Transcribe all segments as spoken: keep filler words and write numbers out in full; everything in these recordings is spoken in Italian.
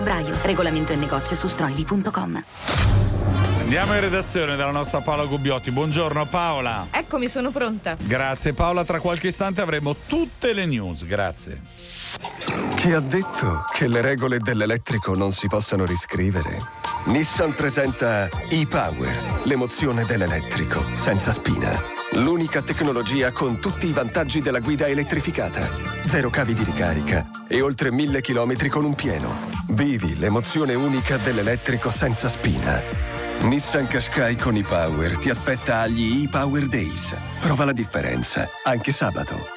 Braio, regolamento e negozio su stroili punto com. Andiamo in redazione dalla nostra Paola Gubbiotti. Buongiorno Paola. Eccomi, sono pronta. Grazie Paola, tra qualche istante avremo tutte le news, grazie. Chi ha detto che le regole dell'elettrico non si possano riscrivere? Nissan presenta e-Power, l'emozione dell'elettrico, senza spina. L'unica tecnologia con tutti i vantaggi della guida elettrificata. Zero cavi di ricarica e oltre mille chilometri con un pieno. Vivi l'emozione unica dell'elettrico senza spina. Nissan Qashqai con e-Power ti aspetta agli e-Power Days. Prova la differenza, anche sabato.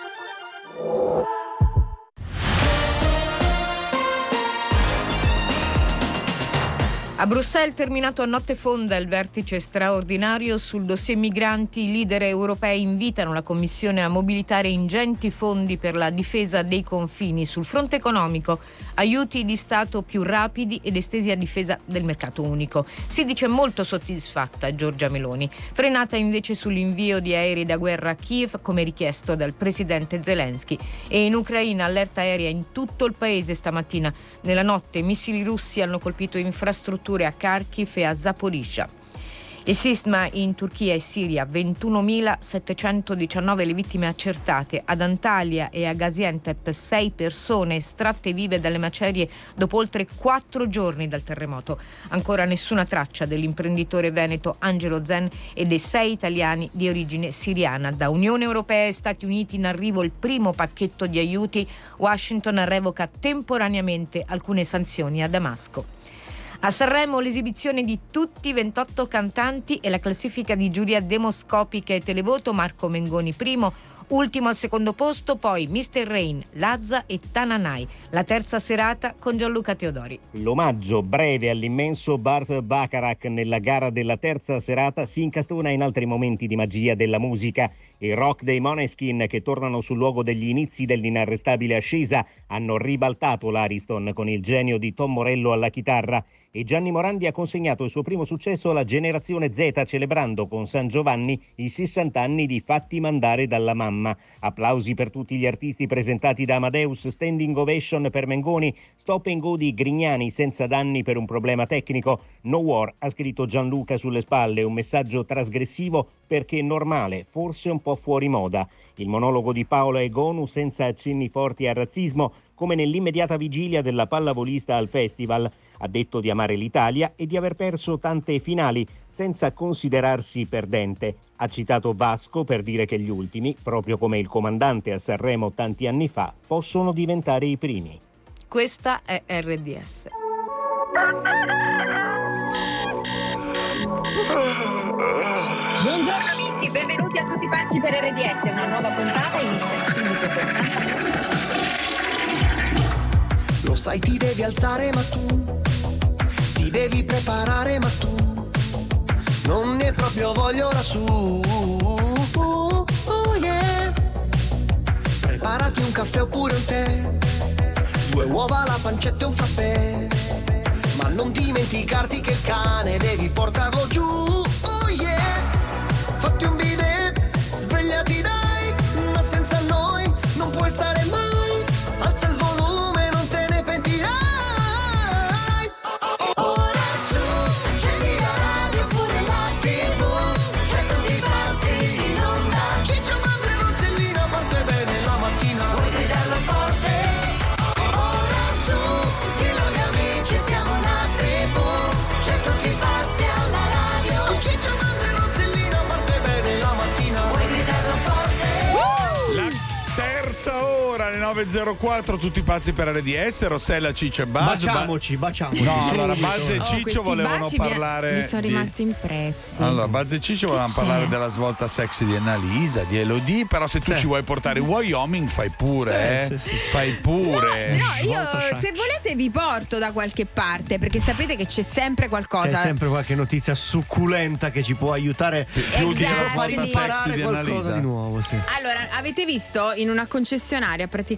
A Bruxelles terminato a notte fonda il vertice straordinario sul dossier migranti. I leader europei invitano la Commissione a mobilitare ingenti fondi per la difesa dei confini. Sul fronte economico, aiuti di Stato più rapidi ed estesi a difesa del mercato unico. Si dice molto soddisfatta Giorgia Meloni, frenata invece sull'invio di aerei da guerra a Kiev come richiesto dal presidente Zelensky. E in Ucraina allerta aerea in tutto il paese stamattina. Nella notte missili russi hanno colpito infrastrutture a Kharkiv e a Zaporizhzhia. Il sisma in Turchia e Siria, ventunomilasettecentodiciannove le vittime accertate. Ad Antalya e a Gaziantep sei persone estratte vive dalle macerie dopo oltre quattro giorni dal terremoto. Ancora nessuna traccia dell'imprenditore veneto Angelo Zen e dei sei italiani di origine siriana. Da Unione Europea e Stati Uniti in arrivo il primo pacchetto di aiuti. Washington revoca temporaneamente alcune sanzioni a Damasco. A Sanremo l'esibizione di tutti i ventotto cantanti e la classifica di giuria demoscopica e televoto. Marco Mengoni primo, ultimo al secondo posto, poi mister Rain, Lazza e Tananai. La terza serata con Gianluca Teodori. L'omaggio breve all'immenso Burt Bacharach nella gara della terza serata si incastona in altri momenti di magia della musica. Il rock dei Måneskin, che tornano sul luogo degli inizi dell'inarrestabile ascesa, hanno ribaltato l'Ariston con il genio di Tom Morello alla chitarra. E Gianni Morandi ha consegnato il suo primo successo alla generazione Z, celebrando con San Giovanni i sessanta anni di Fatti mandare dalla mamma. Applausi per tutti gli artisti presentati da Amadeus, standing ovation per Mengoni, stop and go di Grignani senza danni per un problema tecnico. No war, ha scritto Gianluca sulle spalle, un messaggio trasgressivo perché normale, forse un po' fuori moda. Il monologo di Paola Egonu senza accenni forti al razzismo, come nell'immediata vigilia della pallavolista al festival. Ha detto di amare l'Italia e di aver perso tante finali senza considerarsi perdente. Ha citato Vasco per dire che gli ultimi, proprio come il comandante a Sanremo tanti anni fa, possono diventare i primi. Questa è R D S. Buongiorno amici, benvenuti a tutti pazzi per R D S. Una nuova puntata inizia subito con... Lo sai, ti devi alzare ma tu ti devi preparare ma tu non ne proprio voglio lassù. Oh, oh yeah. Preparati un caffè oppure un tè, due uova, la pancetta e un frappè, ma non dimenticarti che il cane devi portarlo giù. Oh yeah. Fatti un bidet, svegliati dai, ma senza noi non puoi stare mai. Alza il volume, non te ne pentirai. Ora su, accendi la radio pure la tivù, c'è tutti i pazzi in onda. Ciccio, Manzo e Rossellino, parte bene la mattina. Vuoi gridarlo forte? Ora su, dillo agli amici, siamo una tribù, c'è tutti i pazzi alla radio. Ciccio, Manzo e Rossellino, parte bene la mattina. Vuoi gridarlo forte? La terza ora, alle nove e zero quattro, tutti pazzi per R D S, Rossella, Ciccio e Buzz. Baciamoci, baciamoci. No, allora Buzz e Oh, Ciccio questi volevano baci parlare mi, mi sono di- rimasti impressi. Allora, Buzz e Ciccio volevano c'è? parlare della svolta sexy di Annalisa, di Elodie, però se tu Sì. ci vuoi portare in Wyoming fai pure, eh? Sì, sì, sì. Fai pure. No, io Molto sciocco. se volete vi porto da qualche parte, perché sapete che c'è sempre qualcosa. C'è sempre qualche notizia succulenta che ci può aiutare Più di Esatto. una far svolta imparare sexy di qualcosa Annalisa. di nuovo, sì. Allora, avete visto in una concessionaria praticamente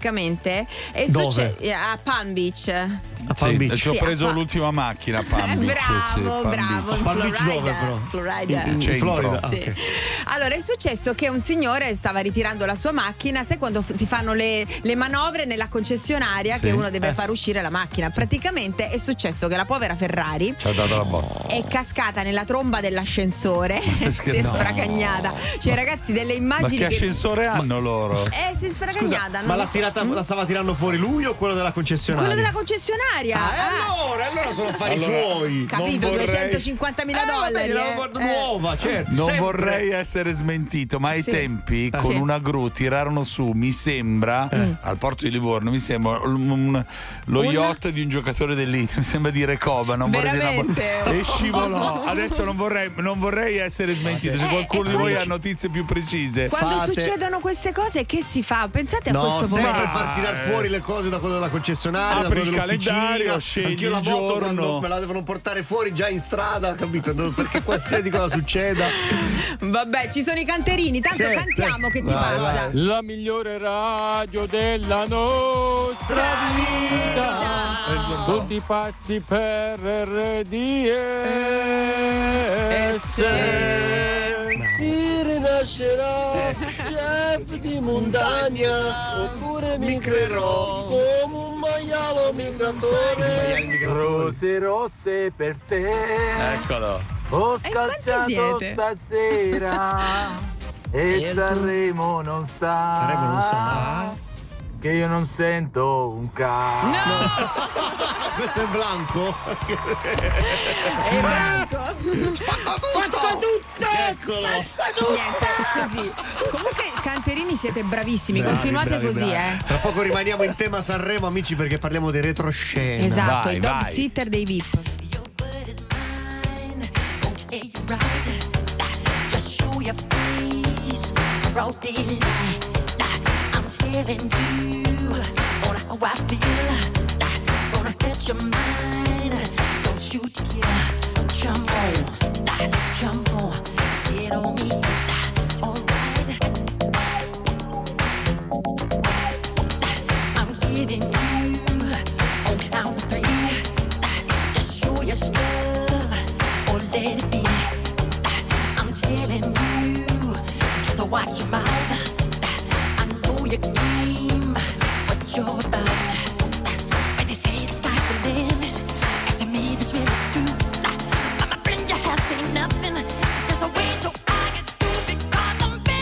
praticamente è Dove? successo a Palm Beach. A Palm Sì, Beach. ci ho Sì, preso a Pa- l'ultima macchina a Palm Beach. Bravo, sì, Palm bravo, Beach. in Palm Beach Florida. dove, però? Florida. In, in Centro. Florida. Sì. Ah, ok. Allora è successo che un signore stava ritirando la sua macchina, sai quando f- si fanno le, le manovre nella concessionaria che uno deve Eh. far uscire la macchina. Praticamente è successo che la povera Ferrari Ci ha dato la botta. è cascata nella tromba dell'ascensore, stai si è scherzando? sfragagnata. Cioè ragazzi, delle Ma immagini che che ascensore hanno loro? eh, si è sfragagnata. non Ma lo l'ha so. tirata, la stava tirando fuori lui o quello della concessionaria? Quello della concessionaria. Ah, e Ah, allora, allora sono affari Allora, suoi. capito, non vorrei- duecentocinquantamila Eh, vabbè, dollari. la eh. guardo Eh. nuova, certo. Non sempre. vorrei essere smentito, ma ai Sì. tempi con Sì. una gru tirarono su, mi sembra, al porto di Livorno, mi sembra un- un- lo Una- yacht di un giocatore dell'Inter, mi sembra di Recoba, non vorrei dire una bo- Veramente? e scivolò. Adesso non vorrei, non vorrei essere smentito, se Eh, qualcuno e di voi poi- ha notizie più precise. Quando Fate- succedono queste cose, che si fa? Pensate a No, questo sempre momento. far tirar fuori le cose da quello della concessionaria, da Apri quello il dell'officina. calendario, scegli Anch'io la il moto giorno. quando me la devono portare fuori già in strada, capito? No, perché qualsiasi cosa succeda. Vabbè, ci sono i canterini, tanto Sì, cantiamo sì. che ti Vai, passa. La migliore radio della nostra vita. Tutti pazzi per R D S. Chi rinascerà, chef di montagna, oppure mi creerò come un maialo migratore. Rose rosse per te. Eccolo. Ho E quanti scalciato siete? stasera. E E tu? Sanremo non sa. Sanremo non sa. Che io non sento un cazzo. Questo è Blanco. E Marco. Spacca tutto! Eccolo. Niente, così. Comunque, canterini siete bravissimi, Bravi, continuate bravi, così, bravi. eh. Tra poco rimaniamo in tema Sanremo, amici, perché parliamo di retroscena. Esatto, Vai, il dog vai. sitter dei V I P. Watch your mouth. I know your game, what you're about. When they say it's sky the limit, and to me this really true. But my friend, you have seen nothing. There's a way to I can do because I'm big.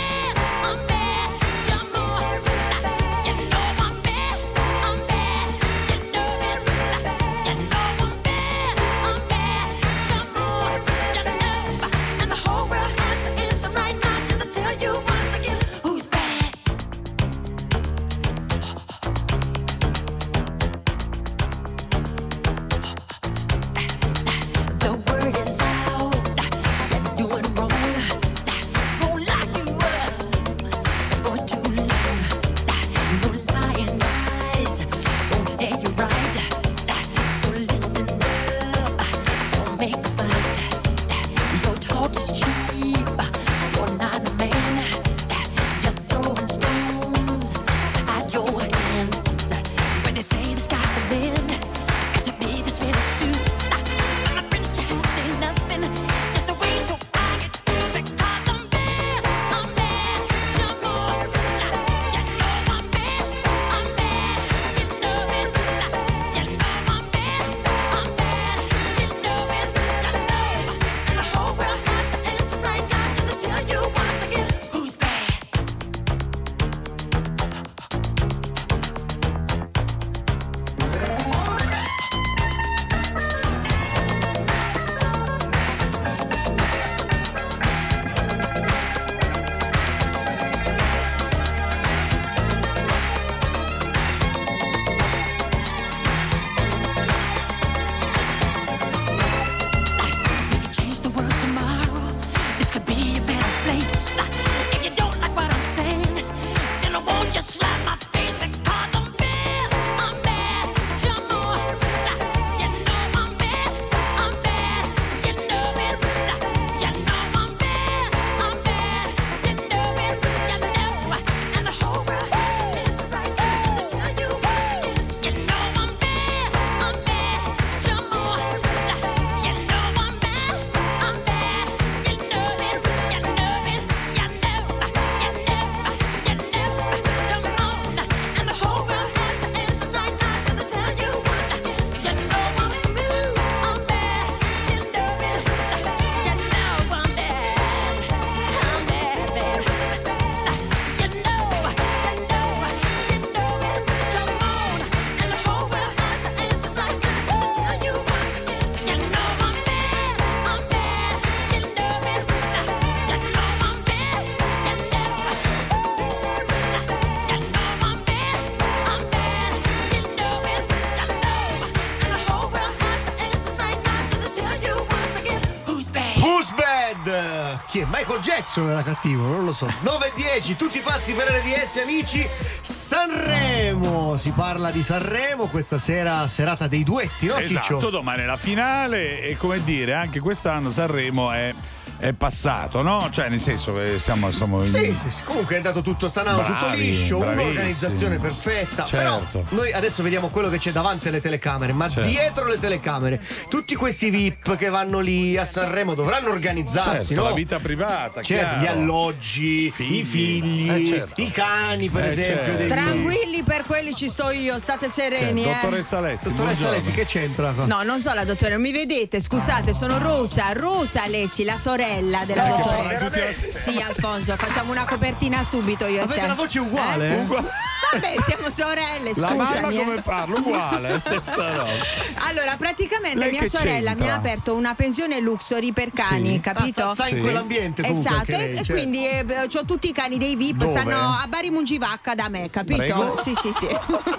chi è? Michael Jackson era cattivo, non lo so. nove e dieci, tutti pazzi per R D S, amici. Sanremo, si parla di Sanremo questa sera, serata dei duetti, no Esatto, Ciccio? domani la finale e come dire, anche quest'anno Sanremo è è passato, no? Cioè, nel senso che siamo, siamo in... Sì, sì, sì, comunque è andato tutto stanato, tutto liscio, bravissimi. un'organizzazione perfetta. Certo. Però noi adesso vediamo quello che c'è davanti alle telecamere, ma Certo. dietro le telecamere, tutti questi V I P che vanno lì a Sanremo dovranno organizzarsi, Certo, no? la vita privata, certo, chiaro. gli alloggi, Figli. i figli, Eh, certo. i cani, per Eh, esempio. certo. dei- Tranquilli, per quelli ci sto io, state sereni, Che, eh. dottoressa Alessi, Dottoressa buongiorno. Alessi, che c'entra? No, non so la dottora, non mi vedete, scusate, sono Rosa, Rosa Alessi, la sorella della No, dottoressa. veramente? Sì, Alfonso, facciamo una copertina subito io e Avete te. la voce uguale, eh? Uguale. Vabbè, siamo sorelle, La mamma scusami. come eh. parla? Uguale, stessa roba. Allora, praticamente Lei mia che sorella c'entra? mi ha aperto una pensione luxury per cani, Sì. capito? Ah, sta, sta in Sì. quell'ambiente comunque Esatto, anche lei, e, e certo. quindi eh, ho tutti i cani dei V I P, Dove? stanno a Bari Mungivacca da me, capito? Prego? Sì, sì, sì.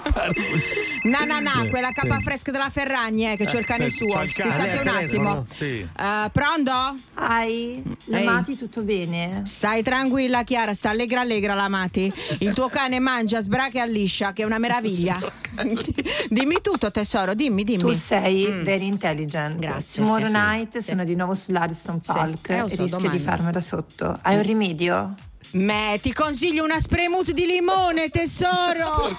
Na na na, quella capa fresca della Ferragni, eh, che c'ho il cane Eh, suo. c'ha il cane. Scusate un Telefono. attimo. Sì. Eh, pronto? Hai, la Ehi. Mati tutto bene? Stai tranquilla Chiara, sta allegra allegra la Mati. Il tuo cane mangia, sbraca e alliscia, che è una meraviglia. Dimmi tutto tesoro, dimmi, dimmi. Tu sei Mm. very intelligent. Grazie, Tomorrow sì, night sì. sono di nuovo sull'Ariston Sì, Park eh, lo e so, rischio domani. di farmela sotto. Hai un rimedio? Me, ti consiglio una spremut di limone, tesoro.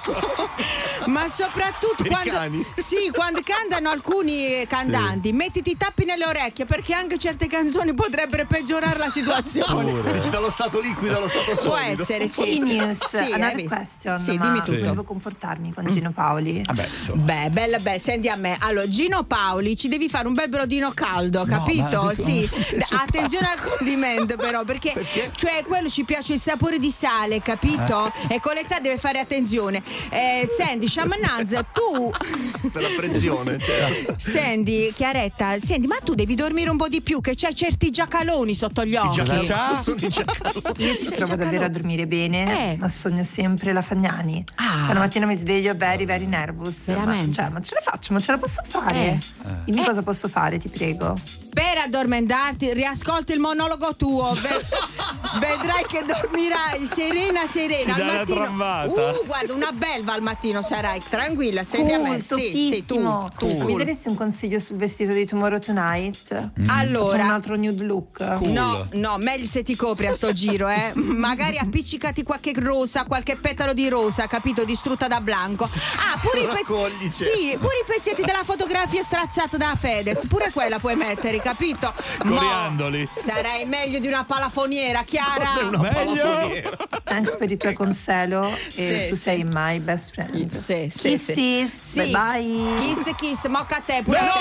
Ma soprattutto Per i quando cani? sì, quando cantano alcuni cantanti, mettiti i tappi nelle orecchie perché anche certe canzoni potrebbero peggiorare la situazione. Pure. Dici dallo stato liquido allo stato solido. Può essere, sì. Sì, sì. news, Sì, another eh, question. sì, ma dimmi come tutto. devo comportarmi con Gino Paoli? Vabbè, insomma. Beh, bella, beh, senti a me. Allora, Gino Paoli, ci devi fare un bel brodino caldo, capito? ma- Sì. non si fa. Attenzione al condimento, però, perché, cioè, quello ci piace il sapore di sale, capito? E con l'età deve fare attenzione. Eh, senti, Shamanaz, tu. Per la pressione, certo. Senti, Chiaretta, senti, ma tu devi dormire un po' di più, che c'hai certi giacaloni sotto gli occhi. Giacaloni, sono i giacaloni. Io ci provo davvero a dormire bene, Eh. ma sogno sempre la Fagnani. Ah. Cioè, la mattina mi sveglio very, very nervous. Veramente? Ma, cioè, ma ce la faccio, ma ce la posso fare? Eh. Dimmi Eh. cosa posso fare, ti prego. Per addormentarti, riascolti il monologo tuo. ve- vedrai che dormirai serena, serena. Ci al dai la mattino. trovata. Uh, guarda, una belva al mattino sarai. Tranquilla, senti a me. Cool, Sì, sì, tu. topissimo. tu. Mi daresti un consiglio sul vestito di Tomorrow Tonight? Facciamo un Allora, altro nude look. no, no, meglio se ti copri a sto giro, eh. Magari appiccicati qualche rosa, qualche petalo di rosa, capito? Distrutta da Blanco. Ah, pure i Raccogli, pezzetti. certo. Sì, pure i pezzetti della fotografia strazzata da Fedez, pure quella puoi mettere, capito? Coriandoli. Mo sarai meglio di una palafoniera, Chiara. Sei una Meglio? palafoniera. Thanks per il tuo consiglio e Sì, tu sì. sei my best friend. Sì, sì, Kisses. sì. Sì. Bye bye. Kiss, kiss, mocca a te, pure a No!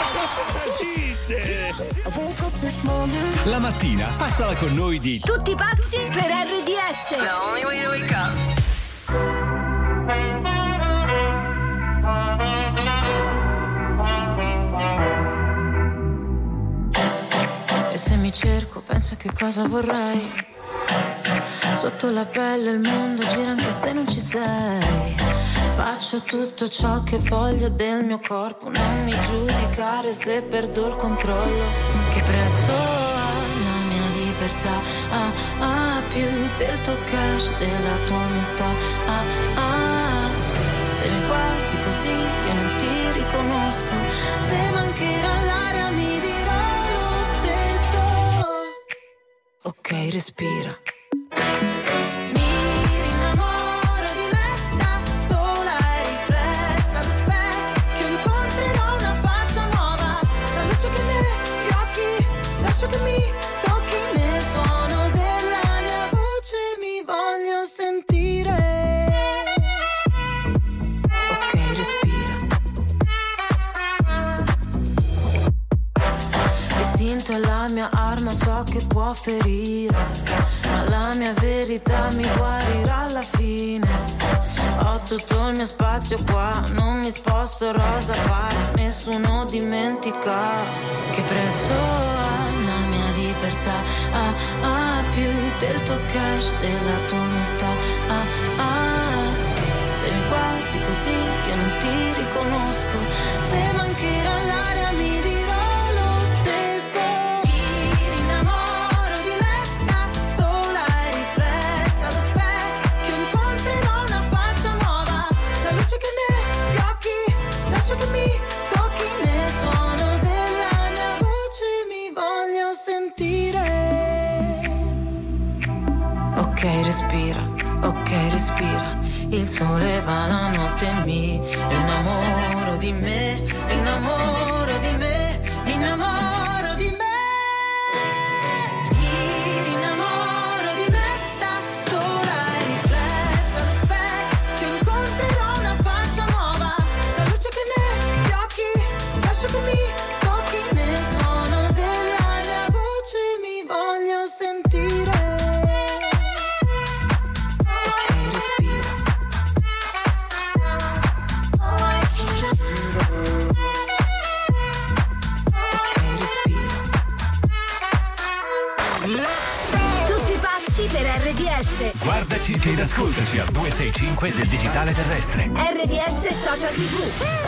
te. Dice. La mattina passala con noi di Tutti pazzi per R D S. E se mi cerco, penso a che cosa vorrei. Sotto la pelle il mondo gira anche se non ci sei. Faccio tutto ciò che voglio del mio corpo. Non mi giudicare se perdo il controllo. Che prezzo ha la mia libertà? Ah, ah, più del tuo cash, della tua umiltà. Ah, ah, se mi guardi così io non ti riconosco. Se mancherà l'aria mi dirò lo stesso. Ok, respira. Mi rinnamoro di me da sola e riflessa allo specchio. Incontrerò una faccia nuova. La luce che negli occhi, lascio che mi tocchi nel suono della mia voce. Mi voglio sentire. Ok, respira. L'istinto è la mia arma, so che può ferire, ma la mia verità mi guarirà alla fine. Ho tutto il mio spazio qua, non mi sposto rosa pazza, nessuno dimentica. Che prezzo ha la mia libertà? Ah, ah, più del tuo cash, della tua umiltà. Ah, ah, se mi guardi così io non ti riconosco. Se mancherà l'aria mi dirò lo stesso. Mi rinnamoro di me respira, ok respira. Il sole va la notte e mi innamoro di me, innamoro di me, innamoro di me. Mi rinnamoro di me da sola e riflessa allo specchio. Incontrerò una faccia nuova, la luce che negli occhi lascio che mi tocchi nel suono della mia voce. Mi voglio sentire. Per R D S. Guardaci ed ascoltaci al duecentosessantacinque del digitale terrestre. R D S Social T V.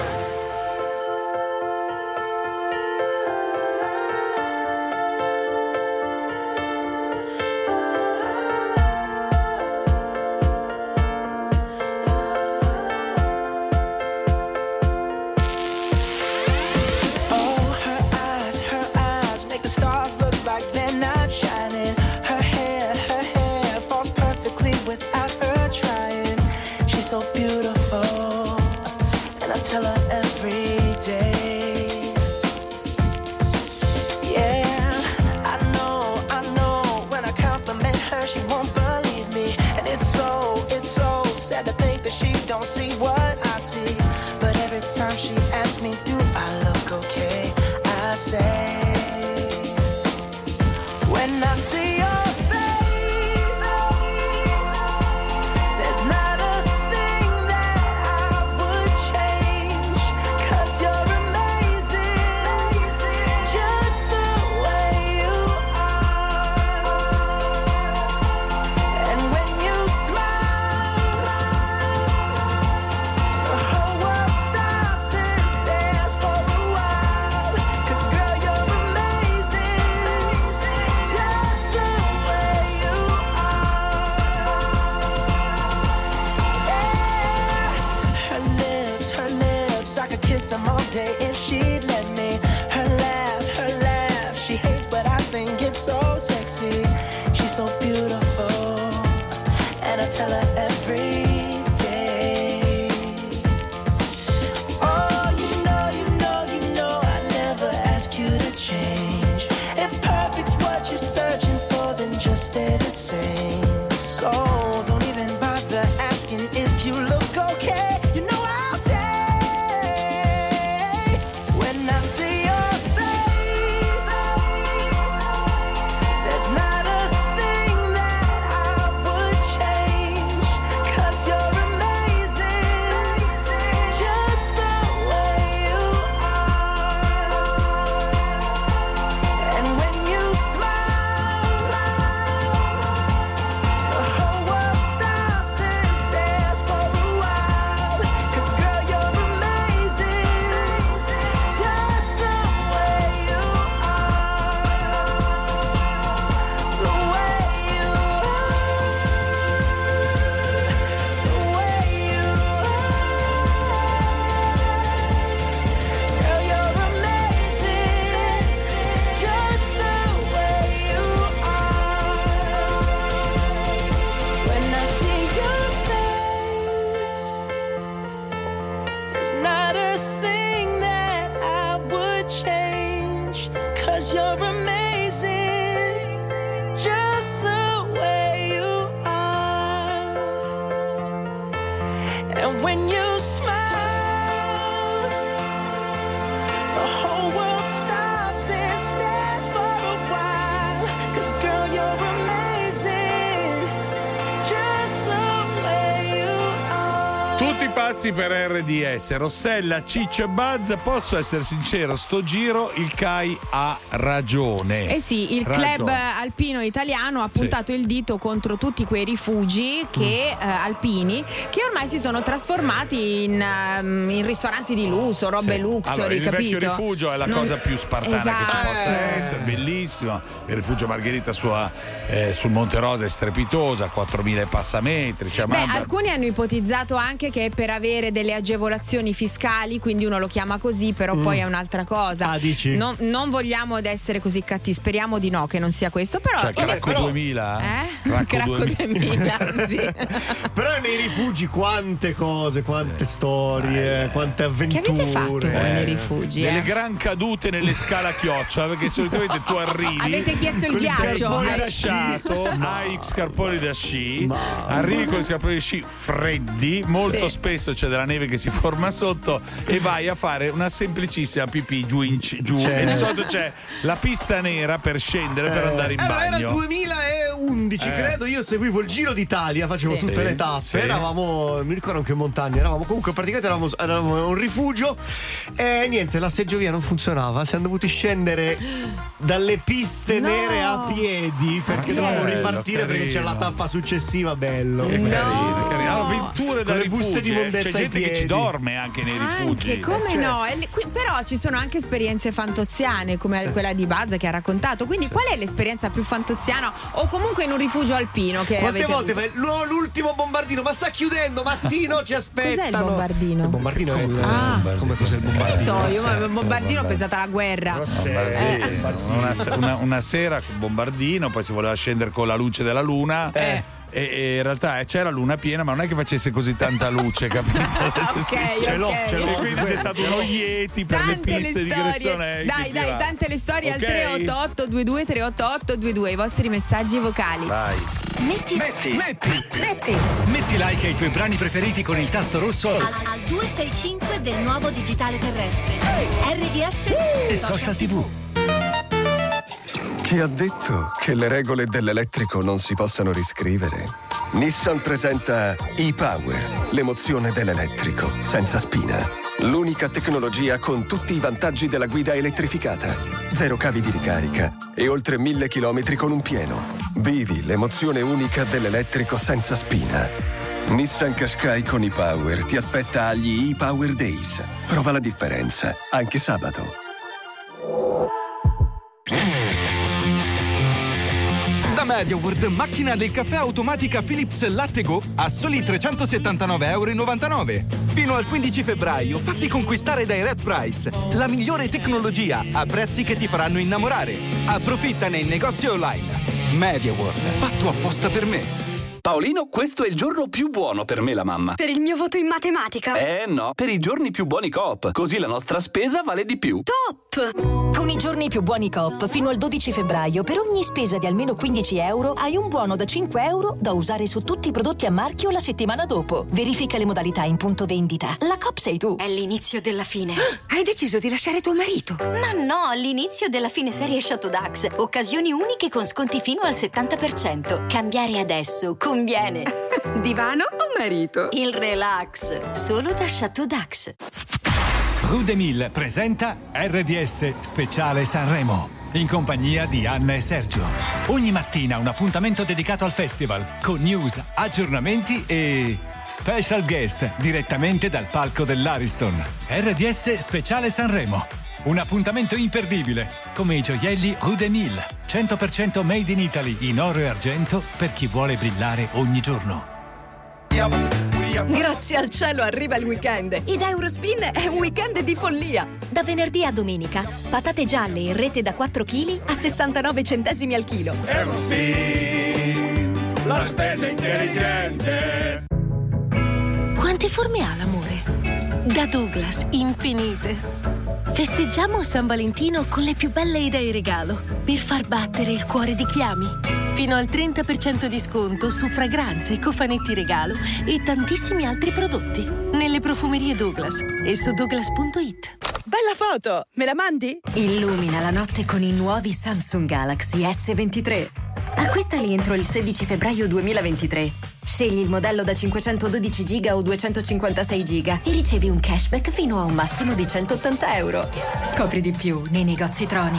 So beautiful, and I tell her every day. Yeah, I know, I know. When I compliment her, she won't believe me, and it's so, it's so sad to think that she don't see what I see. But every time she asks me, do I look okay? I say, when I see your face, there's not them all day if she'd let me. Her laugh, her laugh, she hates but I think it's so sexy. She's so beautiful, and I tell her every day. Oh, you know, you know, you know I never ask you to change. If perfect's what you're searching for, then just stay the same. So don't even bother asking if you look okay. You know I'll say, when I see your face, there's not a thing that I would change, 'cause you're amazing, just the way you are. And when you smile, the whole world stops and stares for a while, 'cause girl, you're amazing, just the way you are, the way you are, the way you are. Girl, you're amazing, just the way you are. When I see your face, there's not a thing that I would change, 'cause you're amazing, just the way you are. And when you smile, the whole world stops and stares for a while, 'cause girl, you're amazing, just the way you are. Tutti pazzi per R D S. Rossella, Ciccio e Buzz, posso essere sincero, sto giro il C A I ha ragione. Eh sì, il club Ragione. alpino italiano ha puntato il dito contro tutti quei rifugi che, eh, alpini che ormai si sono trasformati in, ehm, in ristoranti di lusso, robe Sì. luxury, Allora, il capito? vecchio rifugio è la Non- cosa più spartana Esatto. che ci possa Eh. essere, bellissimo. Il rifugio Margherita sua, eh, sul Monte Rosa è strepitosa, quattromila passametri. Cioè, Beh, mamma- alcuni hanno ipotizzato anche che per avere delle agevolazioni fiscali, quindi uno lo chiama così, però mm. poi è un'altra cosa. Ah, dici? Non, non vogliamo essere così cattivi, speriamo di no, che non sia questo, però cioè Cracco però, duemila? Eh? Cracco Cracco duemila, sì. Però nei rifugi quante cose, quante storie, eh. quante avventure. Che avete fatto voi nei rifugi? Delle eh? gran cadute nelle scale a chiocciola, perché solitamente tu arrivi. Avete chiesto il con ghiaccio? Scarponi da sciato, no. Hai scarponi da sci, no. Arrivi con gli scarponi da sci freddi, molto sì. spesso c'è della neve che si forma sotto e vai a fare una semplicissima pipì giù, in, giù. Certo. E di solito c'è la pista nera per scendere, eh. per andare in allora, bagno. Era il duemilaundici, eh. credo. Io seguivo il Giro d'Italia, facevo sì. tutte sì. le tappe. Sì. Eravamo, mi ricordo in che montagne eravamo. Comunque, praticamente eravamo, eravamo in un rifugio e niente, la seggiovia non funzionava. Siamo dovuti scendere dalle piste no. nere a piedi perché bello, dovevamo ripartire carino. perché c'era la tappa successiva. Bello, Che No. carino, carino. Allora, avventure da Con le rifugi. buste di mondezza C'è ai gente che piedi. ci dorme anche nei rifugi. Anche, come cioè. no? E le- qui- però ci sono anche esperienze fantoziane come quella di Buzz che ha raccontato. Quindi qual è l'esperienza più fantoziana o comunque in un rifugio alpino che Quante avete volte avuto? vai, "No, l'ultimo bombardino, ma sta chiudendo, ma sì, no, ci aspettano." Cos'è il bombardino? Il bombardino è il Ah. come cos'è il Che bombardino? so, io ma il bombardino ho pensato alla guerra. Eh, una, una, una sera con bombardino, poi si voleva scendere con la luce della luna. Eh. E, e in realtà eh, c'era luna piena, ma non è che facesse così tanta luce, capito? Adesso sì, Ok, ce l'ho, ok. ce l'ho. E quindi c'è stato uno Yeti per Tante le piste le di storie. Gressonei. Dai, dai, tante le storie Ok. al tre otto otto due due tre otto otto due due, i vostri messaggi vocali. Vai. Metti, Metti, metti, metti metti like ai tuoi brani preferiti con il tasto rosso Al, al due sei cinque del nuovo digitale terrestre. R D S e Social tivù. Chi ha detto che le regole dell'elettrico non si possano riscrivere? Nissan presenta e-Power, l'emozione dell'elettrico, senza spina. L'unica tecnologia con tutti i vantaggi della guida elettrificata. Zero cavi di ricarica e oltre mille chilometri con un pieno. Vivi l'emozione unica dell'elettrico senza spina. Nissan Qashqai con e-Power ti aspetta agli e-Power Days. Prova la differenza, anche sabato. Da MediaWorld, macchina del caffè automatica Philips Latte Go a soli trecentosettantanove virgola novantanove euro. Fino al quindici febbraio fatti conquistare dai Red Price, la migliore tecnologia a prezzi che ti faranno innamorare. Approfitta nei negozi online. MediaWorld, fatto apposta per me. Paolino, questo è il giorno più buono per me e la mamma. Per il mio voto in matematica? Eh no, per i giorni più buoni Coop, così la nostra spesa vale di più. Top! Con i giorni più buoni Coop, fino al dodici febbraio, per ogni spesa di almeno quindici euro, hai un buono da cinque euro da usare su tutti i prodotti a marchio la settimana dopo. Verifica le modalità in punto vendita. La Coop sei tu. È l'inizio della fine. Hai deciso di lasciare tuo marito? Ma no, l'inizio della fine serie Chateau-Dax. Occasioni uniche con sconti fino al settanta per cento. Cambiare adesso conviene. Divano o marito? Il relax, solo da Chateau-Dax. Rue des Mille presenta R D S Speciale Sanremo in compagnia di Anna e Sergio. Ogni mattina un appuntamento dedicato al festival con news, aggiornamenti e special guest direttamente dal palco dell'Ariston. R D S Speciale Sanremo. Un appuntamento imperdibile, come i gioielli Rue des Mille, cento per cento made in Italy in oro e argento per chi vuole brillare ogni giorno. Grazie al cielo arriva il weekend e da Eurospin è un weekend di follia. Da venerdì a domenica, patate gialle in rete da quattro chili a sessantanove centesimi al chilo. Eurospin, la spesa intelligente. Quante forme ha l'amore? Da Douglas, infinite. Festeggiamo San Valentino con le più belle idee regalo per far battere il cuore di chi ami. Fino al trenta per cento di sconto su fragranze, cofanetti regalo e tantissimi altri prodotti. Nelle profumerie Douglas e su douglas punto it. Bella foto! Me la mandi? Illumina la notte con i nuovi Samsung Galaxy S ventitré. Acquistali entro il sedici febbraio duemilaventitré. Scegli il modello da cinquecentododici giga o duecentocinquantasei giga e ricevi un cashback fino a un massimo di centottanta euro. Scopri di più nei negozi Troni.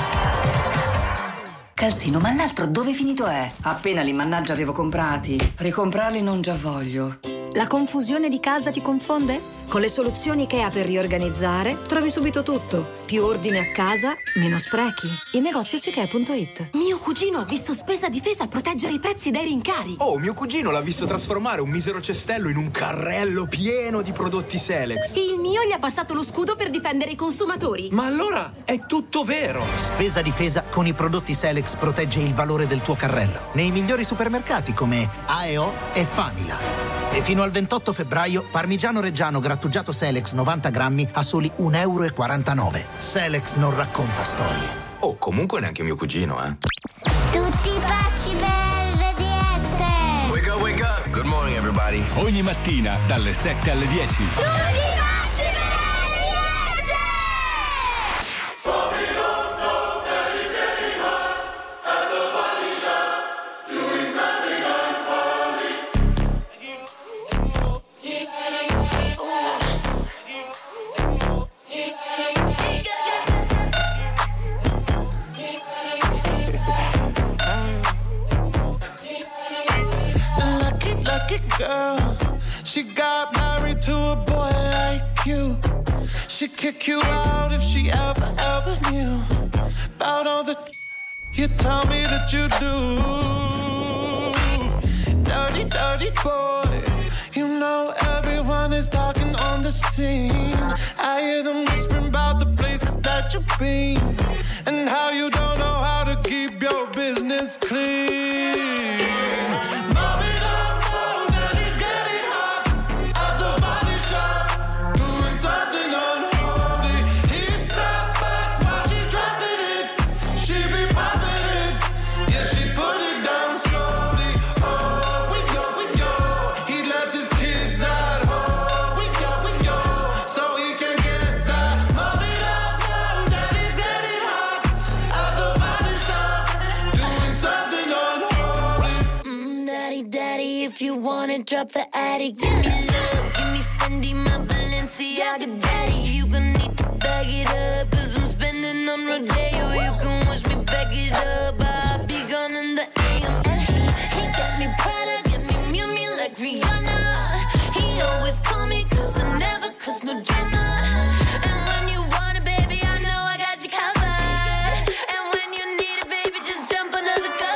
Calzino, ma l'altro dove finito è? Appena li mannaggia avevo comprati. Ricomprarli non già voglio. La confusione di casa ti confonde? Con le soluzioni IKEA per riorganizzare trovi subito tutto. Più ordine a casa, meno sprechi. Il negozio su ikea punto it. Mio cugino ha visto Spesa Difesa proteggere i prezzi dai rincari. Oh, mio cugino l'ha visto trasformare un misero cestello in un carrello pieno di prodotti Selex. Il mio gli ha passato lo scudo per difendere i consumatori. Ma allora è tutto vero! Spesa Difesa con i prodotti Selex protegge il valore del tuo carrello nei migliori supermercati come A E O e Famila. E fino al ventotto febbraio parmigiano reggiano grattugiato Selex novanta grammi a soli un euro e quarantanove. Selex non racconta storie. Oh, comunque neanche mio cugino, eh. Tutti pazzi per R D S. Wake up, wake up. Good morning, everybody. Ogni mattina dalle sette alle dieci. Tutti pazzi per R D S. Girl, she got married to a boy like you. She'd kick you out if she ever, ever knew about all the you tell me that you do. Dirty, dirty boy. You know everyone is talking on the scene. I hear them whispering about the places that you've been and how you don't know how to keep your business clean. Mommy, drop the attic, give me love, give me Fendi, my Balenciaga daddy. You gon' need to bag it up, cause I'm spending on Rodeo. You can wish me back it up, I'll be gone in the A M. And he, he got me Prada, get me Miu Miu like Rihanna. He always call me cause I never cause no drama. And when you want it, baby, I know I got you covered. And when you need it, baby, just jump under the covers.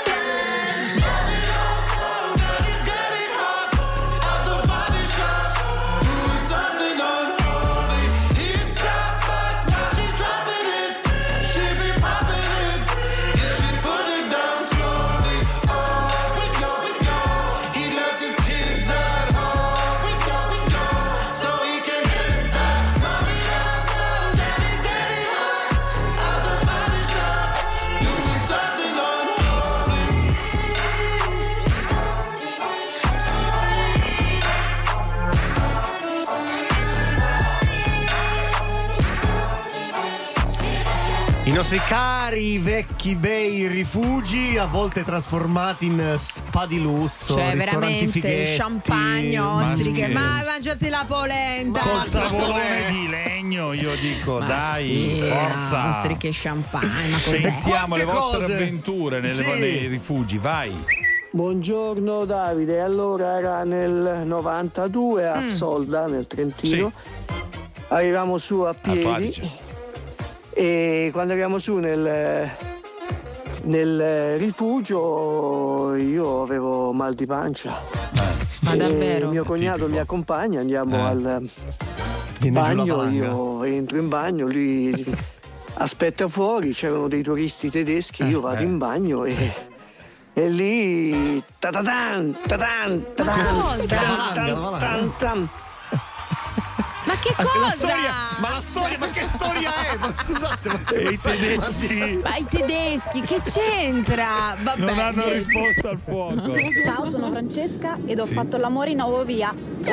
I nostri cari vecchi bei rifugi, a volte trasformati in spa di lusso, cioè ristoranti veramente fighetti, champagne, ostriche, Ma ma mangiati la polenta, col tavolone di legno, io dico, ma dai, sì, forza. ostriche e champagne, ma cos'è? Sentiamo le vostre cose. avventure nelle, Sì. nei rifugi, vai. Buongiorno Davide, allora era nel novantadue a Mm. Solda, nel Trentino. Arriviamo su a Alto piedi Adige. e quando arriviamo su nel, nel rifugio io avevo mal di pancia. Ma E davvero? mio cognato mi accompagna, andiamo Eh. al Viene giù la bagno, valanga. io entro in bagno, lui aspetta fuori, c'erano dei turisti tedeschi, io vado eh. in bagno e, e lì ta-ta-tan, ta-tan, ta-tan, cosa? tan, La valanga, tan, la valanga. tan, tan. Ma che La cosa? storia, ma la storia, ma che storia è? Ma scusate, ma E i tedeschi Ma i tedeschi, che c'entra? Vabbè, non hanno niente. risposto al fuoco. Ciao, sono Francesca ed ho fatto l'amore in Ovovia.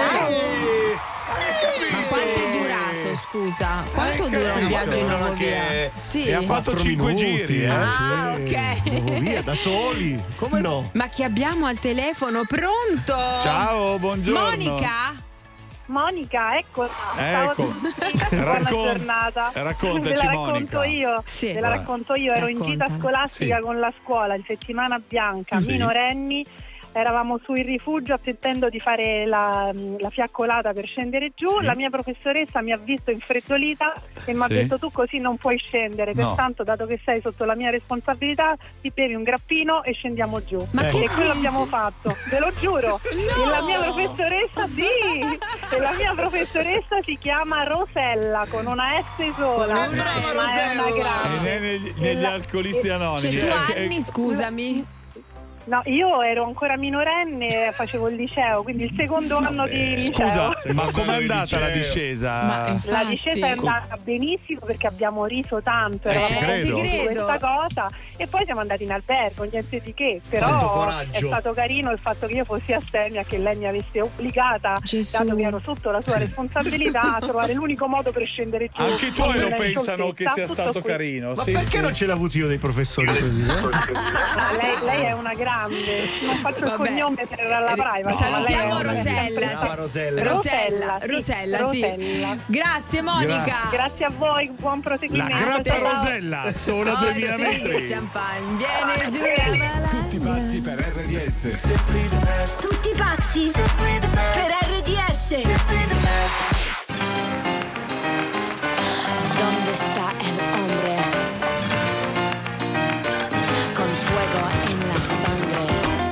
Ma quanto è durato, scusa? Quanto dura un viaggio in Madonna, Ovovia? che- Sì. e ha fatto Quattro cinque minuti, giri, eh. Ah, sì. ok. Via da soli, come no? Ma chi abbiamo al telefono? Pronto? Ciao, buongiorno. Monica? Monica, eccola. Ecco. Buona Raccon- giornata. raccontaci, Ve la racconto Monica. io. Sì. Ve la racconto io. Ero in gita Raccontala. scolastica Sì. con la scuola di settimana bianca, Sì. minorenni. eravamo sul rifugio attendendo di fare la, la fiaccolata per scendere giù, Sì. la mia professoressa mi ha visto infreddolita e mi ha Sì. detto tu così non puoi scendere, No. pertanto dato che sei sotto la mia responsabilità ti bevi un grappino e scendiamo giù. Ma e che quello dici? abbiamo fatto, ve lo giuro. No! E la mia professoressa sì, e la mia professoressa si chiama Rosella con una S sola, Brava ma è una Rosella! E grande. ne- negli, negli alcolisti anonimi. Cioè, tu Eh, che- anni, scusami. No, io ero ancora minorenne, facevo il liceo, quindi il secondo anno di eh, liceo. Scusa, Secondo ma com'è noi andata la liceo. discesa? Ma infatti- La discesa è andata benissimo perché abbiamo riso tanto, Eh, ci eravamo credo. tutti Ti su credo. questa cosa e poi siamo andati in albergo, niente di che, Tanto però coraggio. è stato carino il fatto che io fossi astemia, che lei mi avesse obbligata, Gesù. dato che ero sotto la sua responsabilità, a trovare l'unico modo per scendere giù. Anche i tuoi Con lo la pensano che scioltezza, sia tutto stato qui. carino. Ma sì, perché sì. non ce l'ho avuto io dei professori così? eh? Ah, lei, lei è una grande, non faccio il Vabbè. cognome per la privacy. ma lei è Salutiamo una Rosella. grande. Brava Rosella. Rosella, sì, Rosella, sì. Rosella. Grazie Monica. Grazie a voi, buon La proseguimento. gratta ciao. Rosella, solo a Oh, duemila sì, metri. champagne. Viene giù. Tutti pazzi per R D S. Tutti pazzi per R D S. ¿Dónde está el hombre? Con fuego en la sangre.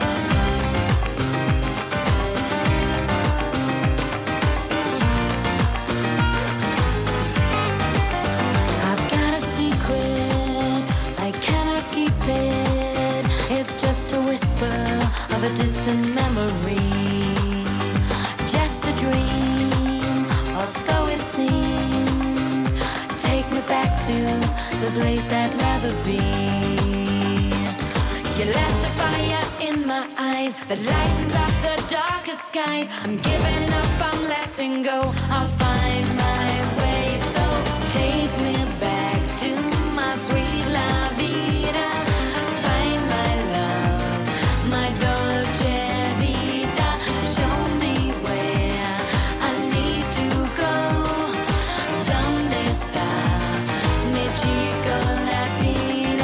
I've got a secret, I cannot keep it. It's just a whisper of a distant memory. Just a dream, or so it seems. Take me back to the place I'd rather be. You left a fire in my eyes that lightens up the darkest skies. I'm giving up, I'm letting go. I'll find my way. So take me back to my sweet la vida. Find my love, my dolce vita. Show me where I need to go. ¿Dónde está mi chico latino?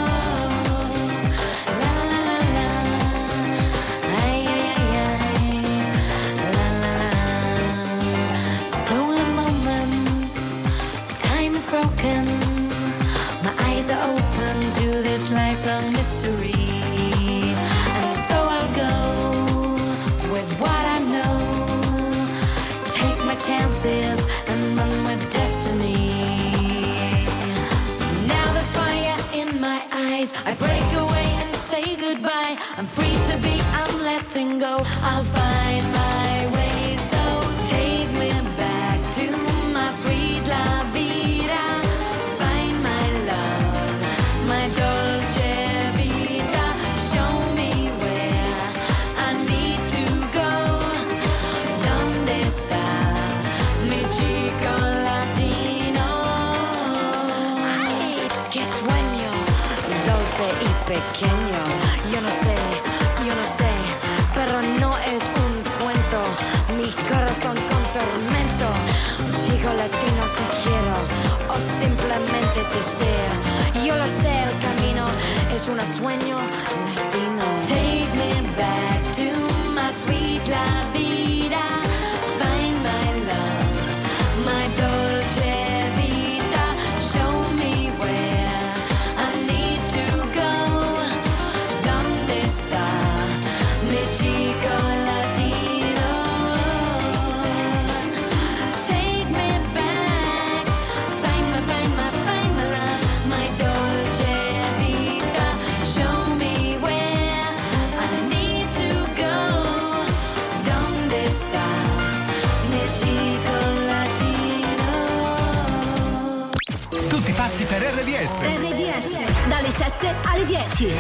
La la la la, ay ay ay ay, la la la. Stolen moments, time is broken. My eyes are open to this lifelong mystery, and so I'll go with what I know. Take my chances and run with destiny. Now there's fire in my eyes. I break away and say goodbye. I'm free to be, I'm letting go. I'll find my way. So take me back to my sweet la vida. Find my love, my dolce vita. Show me where I need to go. ¿Dónde está mi chico latino? Ay, qué sueño dulce y pequeño. Yo no sé, yo no sé, pero no es un cuento. Mi corazón con tormento. Un chico latino te quiero o simplemente deseo. Yo lo sé, el camino es un sueño latino. Take me back to my sweet la vida. Find my love, my dolce vita. Show me where I need to go. ¿Dónde está mi chico latino? Take me back. Find my, find my, find my love, my dolce vita. Show me where I need to go. ¿Dónde está mi chico latino? Tutti pazzi per R D S. R D S dalle sette alle dieci.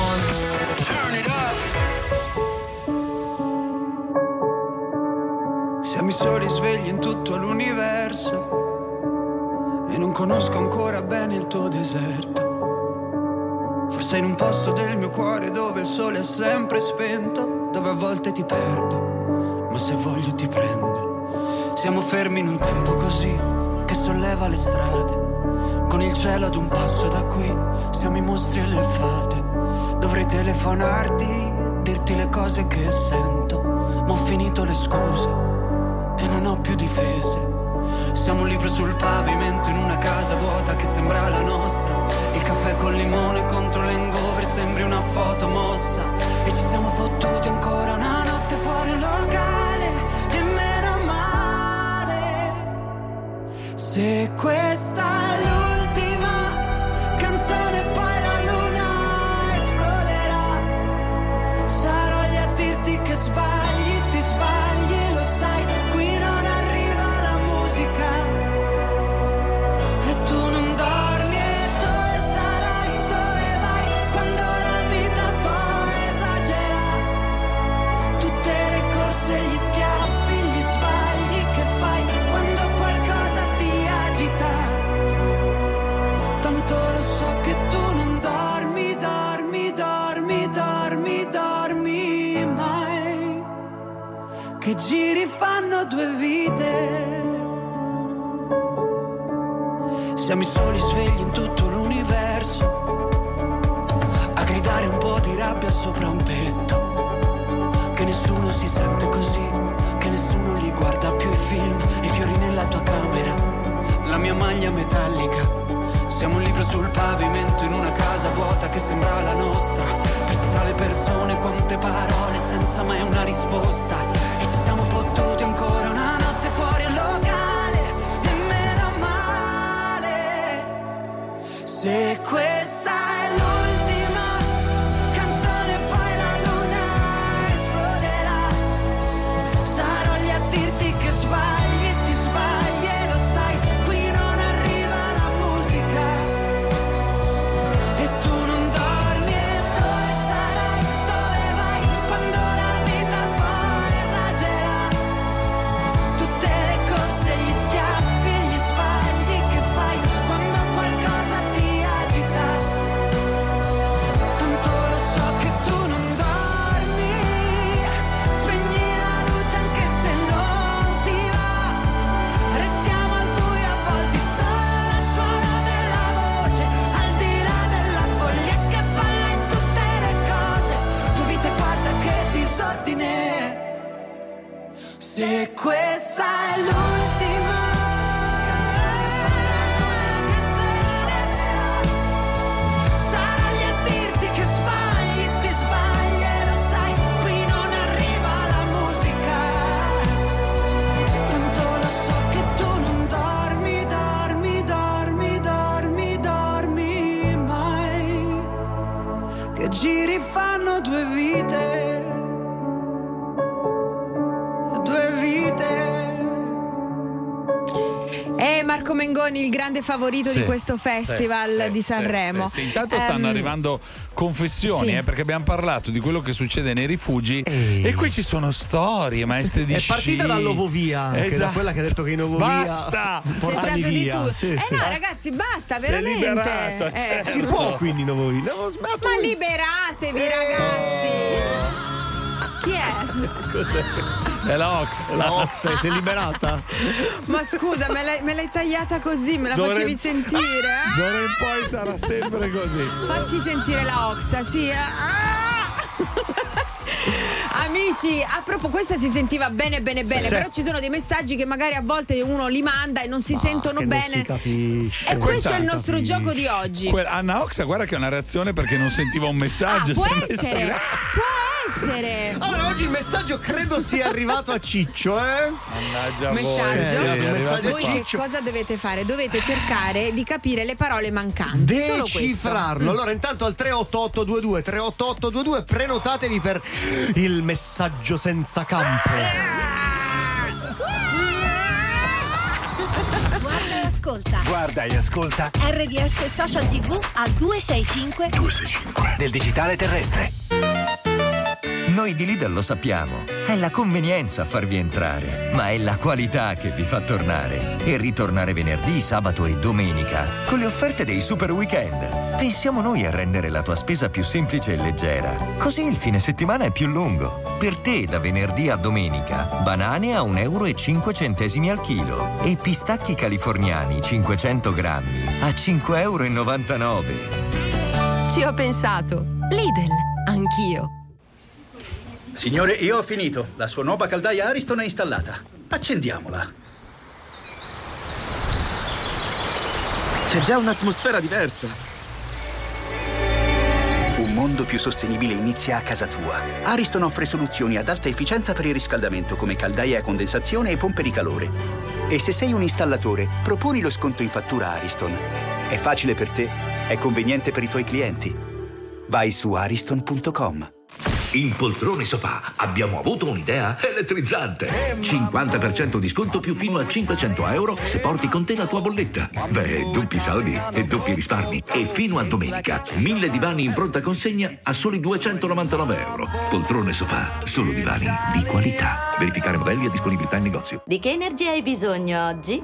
Siamo i soli svegli in tutto l'universo e non conosco ancora bene il tuo deserto. Forse in un posto del mio cuore dove il sole è sempre spento, dove a volte ti perdo, ma se voglio ti prendo. Siamo fermi in un tempo così che solleva le strade, con il cielo ad un passo da qui, siamo i mostri e le fate. Dovrei telefonarti, dirti le cose che sento, ma ho finito le scuse e non ho più difese. Siamo un libro sul pavimento in una casa vuota che sembra la nostra. Il caffè col limone contro l'hangover sembri una foto mossa. E ci siamo fottuti ancora una notte fuori un locale, e meno male. Se questa è l'ultima canzone poi la luna esploderà. Sarò lì a dirti che sbagli, ti sbagli, lo sai. Qui non arriva la musica e tu non dormi. E dove sarai, dove vai, quando la vita poi esagera? Tutte le corse, gli schiaffi, gli sbagli che fai quando qualcosa ti agita. Tanto lo so che tu non dormi, dormi, dormi, dormi, dormi mai. Che giri fanno due vite. Siamo i soli svegli in tutto l'universo, a gridare un po' di rabbia sopra un tetto. Che nessuno si sente così, che nessuno li guarda più i film. I fiori nella tua camera, la mia maglia metallica. Siamo un libro sul pavimento in una casa vuota che sembra la nostra. Persi tra le persone, quante parole senza mai una risposta. E ci siamo fottuti ancora una notte fuori al locale, e meno male. Se questa è l'ultima canzone poi la luna esploderà. Sarò lì a dirti che sbagli, ti sbagli e lo sai. Qui non arriva la musica e tu non dormi. E dove sarai, dove vai, quando la vita poi esagera? Tutte le corse, gli schiaffi, gli sbagli che fai quando qualcosa ti agita. Tanto lo so che tu non dormi. Spegni la luce anche se non ti va. Restiamo al buio avvolti solo al suono della voce, al di là della foglia che balla in tutte le cose. Tu vita guarda che disordine. Se questa è l'ultima sarò lì a dirti che sbagli, ti sbagli e lo sai. Qui non arriva la musica. Tanto lo so che tu non dormi, dormi, dormi, dormi, dormi mai. Che giri fanno due vite, due vite. È Marco Mengoni il grande favorito Sì, di questo festival sì, di sì, Sanremo. sì, sì. Intanto stanno Ehm, arrivando confessioni, sì. eh, perché abbiamo parlato di quello che succede nei rifugi e qui ci sono storie, maestre di È sci. partita dall'Ovovia, che era Esatto. quella che ha detto che in Ovovia Basta! C'è portali stato di via. tutto. Sì, eh sì. no, ragazzi, basta, Si è veramente. liberata, Eh, certo. Si può quindi in Ovovia. No, smetto. Ma liberatevi, ragazzi. Chi è? Cos'è? È la Ox. La Ox si è liberata? Ma scusa, me l'hai, me l'hai tagliata così, me la D'ora facevi in- sentire? eh? D'ora in poi sarà sempre così. Facci sentire la Oxa, sì. eh? Ah! Amici, a proposito, questa si sentiva bene bene bene, Sì. però ci sono dei messaggi che magari a volte uno li manda e non si Ma sentono che non bene. si capisce. E questo Questa- è il nostro capisce. gioco di oggi. Que- Anna Oxa, guarda che è una reazione perché non sentiva un Ah, messaggio. può si è messa- essere, può essere. Allora, oggi il messaggio credo sia arrivato a Ciccio, eh? Mannaggia voi. Messaggio. Sì, è Un arrivato messaggio qua. Voi che Ciccio. cosa dovete fare? Dovete cercare di capire le parole mancanti. Solo questo. Decifrarlo. Allora, intanto al tre otto otto due due tre otto otto due due prenotatevi per il messaggio senza campo. Guarda e ascolta. Guarda e ascolta R D S Social T V a duecentosessantacinque duecentosessantacinque del digitale terrestre. Noi di Lidl lo sappiamo, è la convenienza a farvi entrare, ma è la qualità che vi fa tornare. E ritornare venerdì, sabato e domenica, con le offerte dei super weekend. Pensiamo noi a rendere la tua spesa più semplice e leggera, così il fine settimana è più lungo. Per te, da venerdì a domenica, banane a un euro e cinque centesimi al chilo e pistacchi californiani cinquecento grammi a cinque euro e novantanove. Ci ho pensato. Lidl, anch'io. Signore, io ho finito. La sua nuova caldaia Ariston è installata. Accendiamola. C'è già un'atmosfera diversa. Un mondo più sostenibile inizia a casa tua. Ariston offre soluzioni ad alta efficienza per il riscaldamento, come caldaie a condensazione e pompe di calore. E se sei un installatore, proponi lo sconto in fattura Ariston. È facile per te, è conveniente per i tuoi clienti. Vai su ariston punto com. In Poltrone Sofà abbiamo avuto un'idea elettrizzante. cinquanta per cento di sconto più fino a cinquecento euro se porti con te la tua bolletta. Beh, doppi saldi e doppi risparmi. E fino a domenica, mille divani in pronta consegna a soli duecentonovantanove euro. Poltrone Sofà, solo divani di qualità. Verificare modelli e disponibilità in negozio. Di che energia hai bisogno oggi?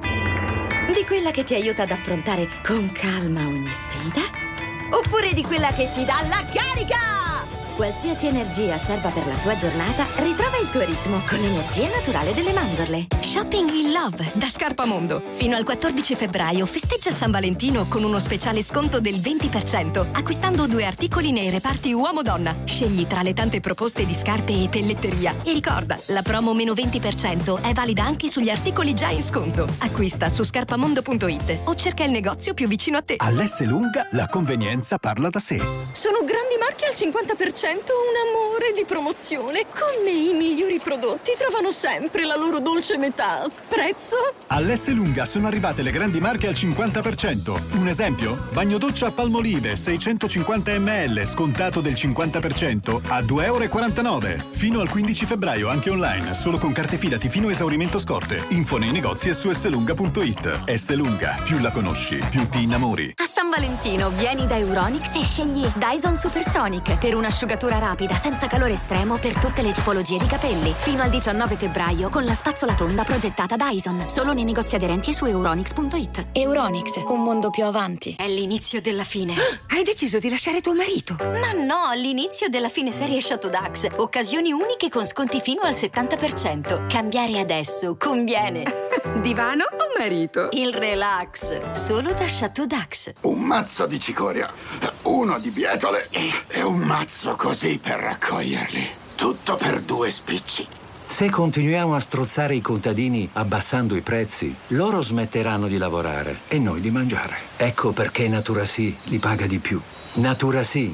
Di quella che ti aiuta ad affrontare con calma ogni sfida? Oppure di quella che ti dà la carica? Qualsiasi energia serva per la tua giornata, ritrova il tuo ritmo con l'energia naturale delle mandorle. Shopping in Love da Scarpamondo. Fino al quattordici febbraio festeggia San Valentino con uno speciale sconto del venti per cento acquistando due articoli nei reparti uomo-donna. Scegli tra le tante proposte di scarpe e pelletteria. E ricorda, la promo meno venti per cento è valida anche sugli articoli già in sconto. Acquista su scarpamondo punto it o cerca il negozio più vicino a te. All'Esselunga la convenienza parla da sé. Sono grandi marche al cinquanta per cento, un amore di promozione. Con me i migliori prodotti trovano sempre la loro dolce metà. Prezzo? All'Esselunga sono arrivate le grandi marche al cinquanta per cento. Un esempio? Bagno doccia Palmolive seicentocinquanta millilitri scontato del cinquanta per cento a due e quarantanove euro. Fino al quindici febbraio anche online, solo con carte fidati fino a esaurimento scorte. Info nei negozi e su esselunga punto it. Esselunga, più la conosci, più ti innamori. A San Valentino vieni da Euronix e scegli Dyson Supersonic per un'asciugatura rapida senza calore estremo per tutte le tipologie di capelli. Fino al diciannove febbraio con la spazzola tonda progettata Dyson. Solo nei negozi aderenti e su euronix punto it. Euronix, un mondo più avanti. È l'inizio della fine. Hai deciso di lasciare tuo marito? Ma no, l'inizio della fine serie Chateau Dax. Occasioni uniche con sconti fino al settanta per cento. Cambiare adesso conviene. Divano o marito? Il relax, solo da Chateau Dax. Un mazzo di cicoria, uno di bietole e un mazzo così per raccoglierli. Tutto per due spicci. Se continuiamo a strozzare i contadini abbassando i prezzi, loro smetteranno di lavorare e noi di mangiare. Ecco perché Natura Sì li paga di più. Natura Sì.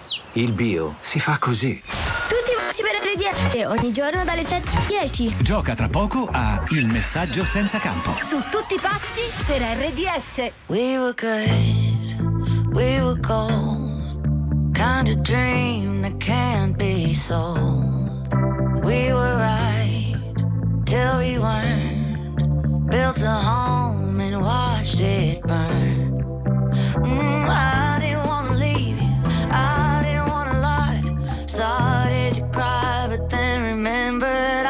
Il bio si fa così. Tutti pazzi per R D S ogni giorno dalle sette alle dieci. Gioca tra poco a Il messaggio senza campo. Su Tutti pazzi per R D S. We were good, we were gold, kind of dream that can't be sold. We were right till we weren't, built a home and watched it burn. Mm, I didn't wanna leave you, I didn't wanna lie. Started to cry but then remembered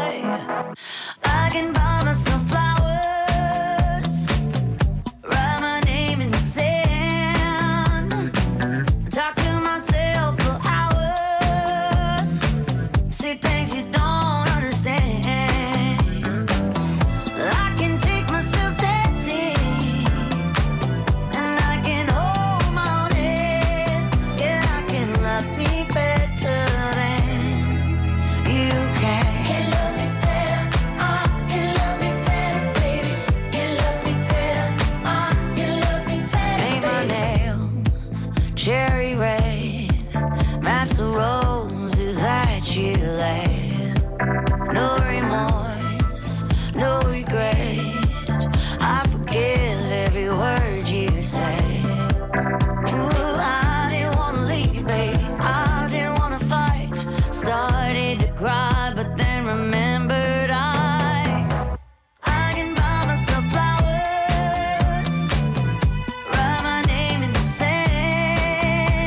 I I can buy myself flowers, write my name in the sand, talk to myself for hours, see things you don't understand. I can take myself dancing, and I can hold my own head. Yeah, I can love me better than you can. Can love me better, uh, can love me better, baby. Can love me better, uh, can love me better. Paint my nails cherry red, match the roses that you laid. No remorse, no regret. I forgive every word you say. Ooh, I didn't wanna leave you, baby. I didn't wanna fight. Started to cry, but then remembered I I can buy myself flowers, write my name in the sand.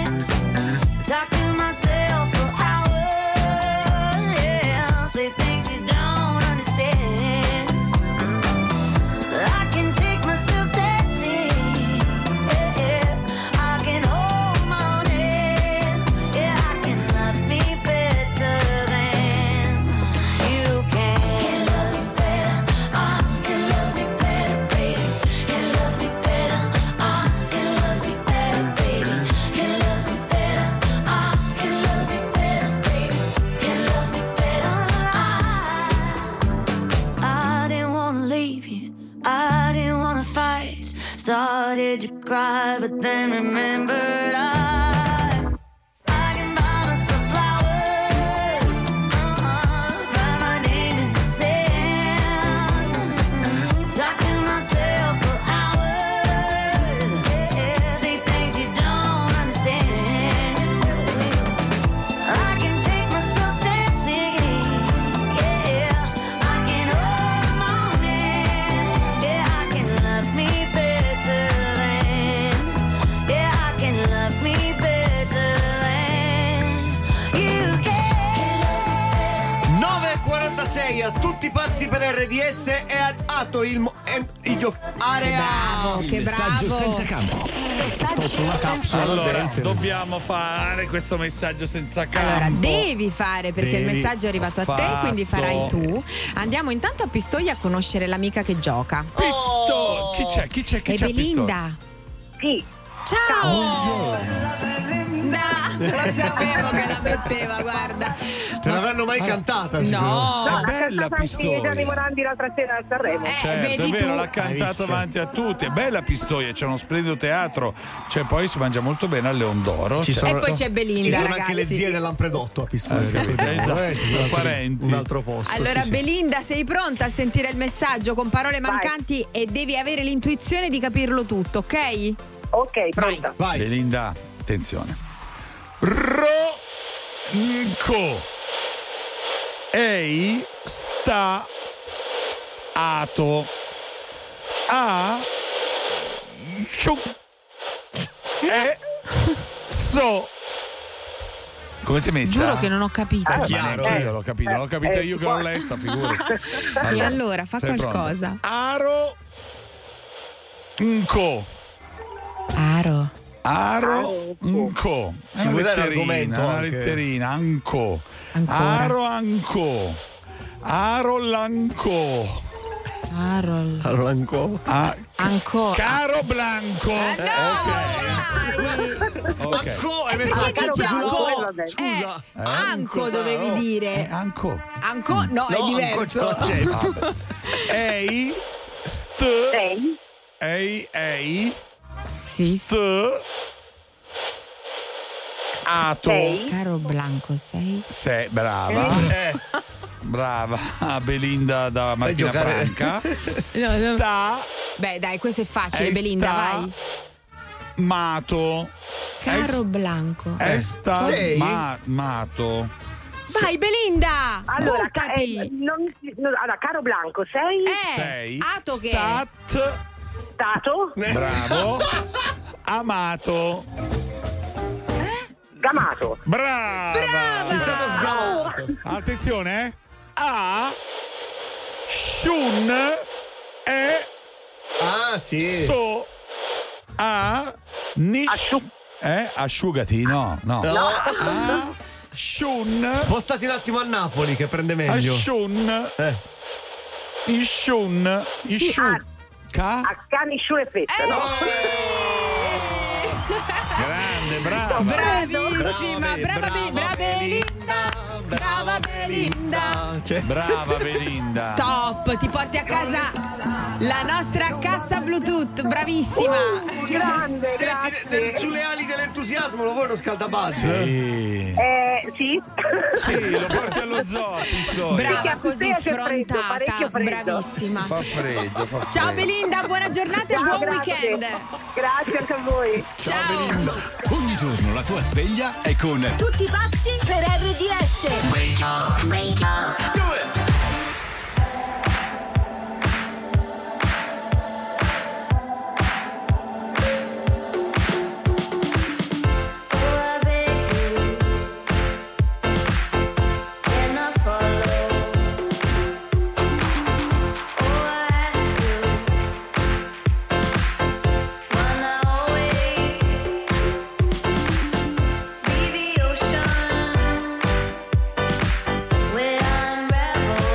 then remembered I, I can buy myself flowers, uh-huh, write my name in the sand, talk to myself for hours, yeah, say things you don't understand. I can take myself dancing, yeah, I can hold the morning, yeah, I can love me better than, yeah, I can love me better than you can. nove e quarantasei a tutti pazzi per R D S e a Ato il mo- e- il gio- area. Bravo, che Messaggio bravo. senza campo. Una capsula Allora, dentro. dobbiamo fare questo messaggio senza campo. Allora, devi fare perché il Devi. messaggio è arrivato a te, Fatto. quindi farai tu. Andiamo intanto a Pistoia a conoscere l'amica che gioca. Pisto- chi c'è? Chi c'è? Chi È c'è a Belinda. Sì. Ciao! No, lo sapevo che la metteva, guarda. Te l'avranno mai cantata? No. No, È l'ha bella cantata anche Pistoia. Gianni Morandi l'altra sera a Sanremo. Eh, Certo, vedi è vero, tu. l'ha Hai cantato visto? davanti a tutti. È bella Pistoia, c'è uno splendido teatro. Cioè, poi si mangia molto bene al Leon d'Oro. Ci Cioè, E poi c'è Belinda, Ci sono ragazzi. anche le zie del Lampredotto a Pistoia, capito? esatto, Eh, sì, un altro- parenti. un altro posto. Allora, sì, sì. Belinda, sei pronta a sentire il messaggio con parole mancanti e devi avere l'intuizione di capirlo tutto, ok? Ok, pronta. Vai. Belinda, attenzione. Ronco. Ei sta ato a ciu e so. Come si è messa? Giuro che non ho capito. Eh, ma chiaro, neanche eh. io l'ho capito, l'ho capita io che l'ho letta, figurati. E allora, fa sei qualcosa. pronta? Aro Nco. Aro. Aro Nco. È Ci una vuoi dare letterina, argomento una anche? letterina, Anco. Ancora. Aro Anco. Aro Lanco. Arol. Arlanco. Ah, Ancora. Caro Blanco. Ok. Anco, hai messo Ma la che cazzo c'è sulla Anco? O. Eh, Scusa. Anco dovevi Eh, dire. Anco. Anco? No, è No, diverso. Anco ce l'ho, c'è. Ehi. St. Sei? Ehi, ehi. Sì. St. Ato. Sei? Caro Blanco, sei? Sei brava. Eh, Brava. Belinda da Martina giocare. Franca. No, no. Sta. Beh, dai, questo è facile, È Belinda, sta- vai. Mato. Caro È- Blanco. È sta. Sei? ma- mato. Vai, Belinda! Allora, ca- buttati! eh, non- no, allora, caro Blanco, sei Eh, Sei. Ato che Stat. stato Bravo. Amato. gamato. Brava. sei stato sgamato. Attenzione, eh. A. Shun. E. Ah, sì. So. A. Nish. Eh? Asciugati, no, no. No. A. Shun. Spostati un attimo a Napoli che prende meglio. Ashun. Eh. Ishun. Ishun. Ca. A cani sciù e fetta, no? Grande, brava. bravissima, Brave, brava, brava Be- brava Belinda, brava Belinda. Cioè, Brava Belinda. Top, ti porti a casa la nostra cassa Bluetooth, bravissima. Grande, senti, grazie. nel- sulle ali dell'entusiasmo lo vuoi uno scaldabazzo? Sì. Eh, sì. Sì, lo porti allo zoo, Pistoia. Brava, Perché a così Pistoia c'è freddo, sfrontata, parecchio freddo. bravissima. Fa freddo, fa Ciao freddo. Belinda, buona giornata e Ciao, buon grazie. weekend. Grazie anche a voi. Ciao. Ogni giorno la tua sveglia è con Tutti pazzi per R D S. Wake up, wake up. Do it. Where I'm rebel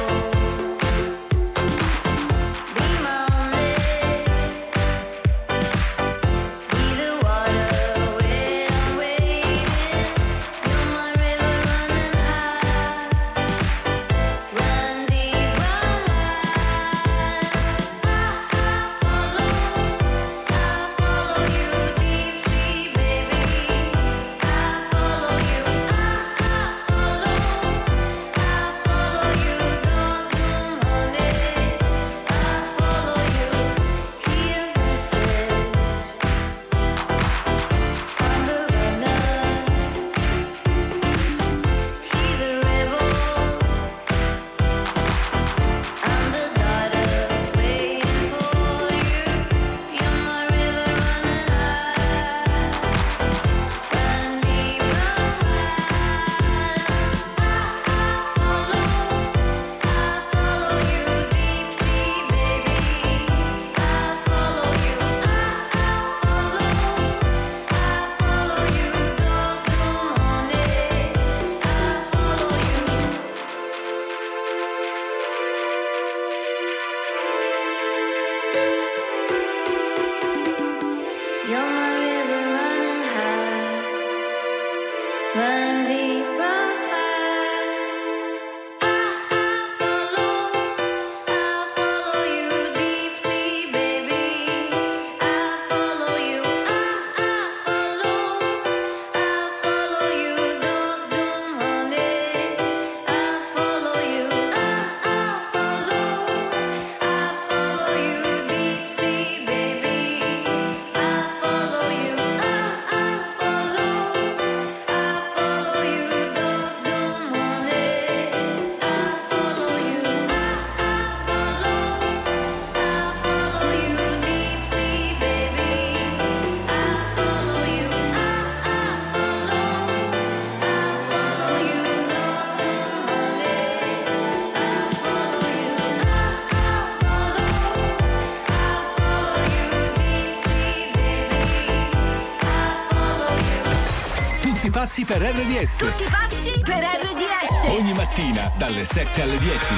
Tutti pazzi per R D S. Tutti pazzi per R D S. Ogni mattina dalle sette alle dieci.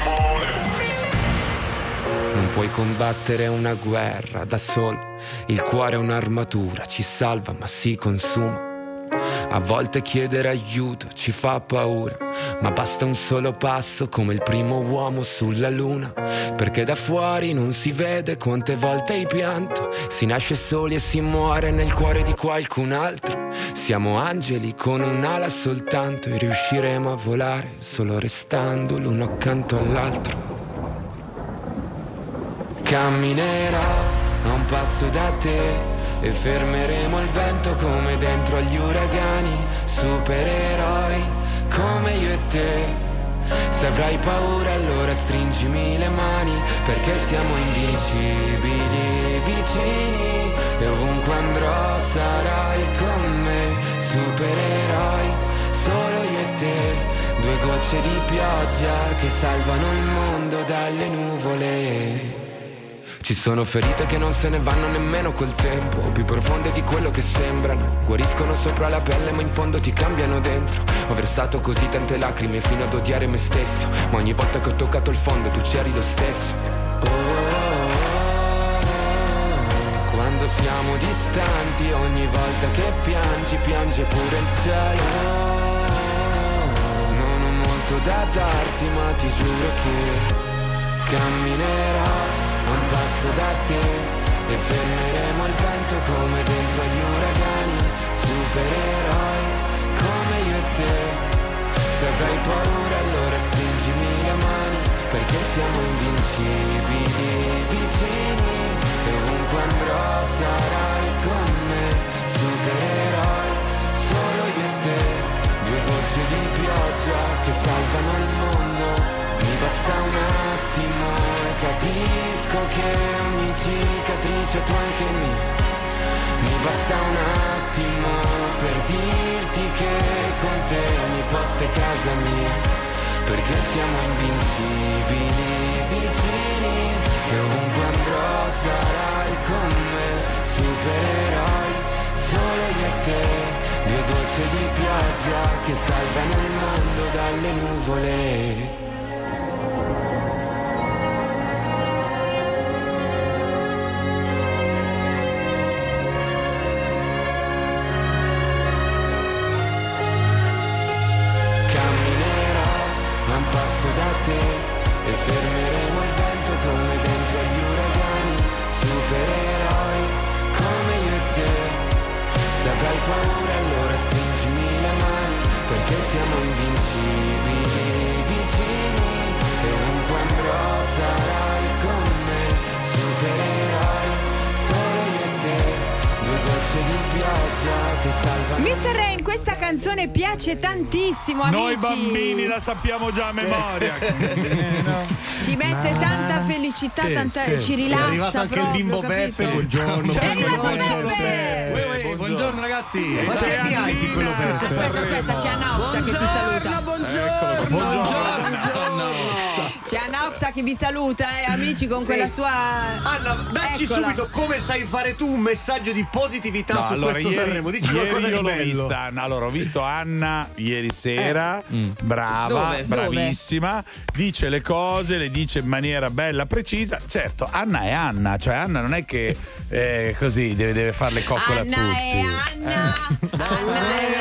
Non puoi combattere una guerra da solo. Il cuore è un'armatura, ci salva ma si consuma. A volte chiedere aiuto ci fa paura, ma basta un solo passo come il primo uomo sulla luna. Perché da fuori non si vede quante volte hai pianto. Si nasce soli e si muore nel cuore di qualcun altro. Siamo angeli con un'ala soltanto e riusciremo a volare solo restando l'uno accanto all'altro. Camminerò a un passo da te e fermeremo il vento come dentro agli uragani. Supereroi come io e te. Se avrai paura allora stringimi le mani, perché siamo invincibili vicini. E ovunque andrò sarai con me. Supereroi solo io e te. Due gocce di pioggia che salvano il mondo dalle nuvole. Ci sono ferite che non se ne vanno nemmeno col tempo, più profonde di quello che sembrano. Guariscono sopra la pelle ma in fondo ti cambiano dentro. Ho versato così tante lacrime fino ad odiare me stesso, ma ogni volta che ho toccato il fondo tu c'eri lo stesso. Oh, oh, oh, quando siamo distanti, ogni volta che piangi, piange pure il cielo. Oh, non ho molto da darti ma ti giuro che camminerò a un passo da te e fermeremo il vento come dentro agli uragani. Supereroi come io e te. Se avrai paura allora stringimi le mani, perché siamo invincibili vicini. E ovunque andrò sarai con me. Supereroi solo io e te. Due gocce di pioggia che salvano il mondo. Mi basta un attimo e capisco che ogni cicatrice tu anche me. Mi basta un attimo per dirti che con te ogni posto è casa mia. Perché siamo invincibili vicini. E ovunque andrò sarai con me. Supereroi solo io e te. Due gocce di pioggia che salvano il mondo dalle nuvole. E fermeremo il vento come dentro agli uragani. Supereroi come io e te. Se avrai paura allora stringimi le mani, perché siamo invincibili vicini. E ovunque andrò sarai con me. Supereroi solo io e te. Due gocce di pioggia che salvano. mister Rain, questa canzone piace tantissimo, amici. Noi bambini la sappiamo già a memoria. Ci mette tanta felicità, Sì, tanta, sì. ci È rilassa arrivato anche proprio, il bimbo capito? Beppe, buongiorno. È arrivato buongiorno. Beppe! Uè, uè, buongiorno ragazzi. Ma che anni hai di quello Beppe? Aspetta, aspetta, c'è Anoxa che ti saluta. Buongiorno, buongiorno. C'è Anoxa che vi saluta, eh, amici, con Sì. quella sua. Anna, dacci Eccola. subito come sai fare tu un messaggio di positività No, su allora, questo ieri, Sanremo. Dici ieri qualcosa io di l'ho bello. vista Anna. Allora, ho visto Anna ieri sera, Mm. brava, Dove? bravissima, dice le cose, le dice in maniera bella, precisa. Certo, Anna è Anna, cioè Anna non è che eh, così deve, deve fare le coccole a Anna tutti. è Anna, Anna è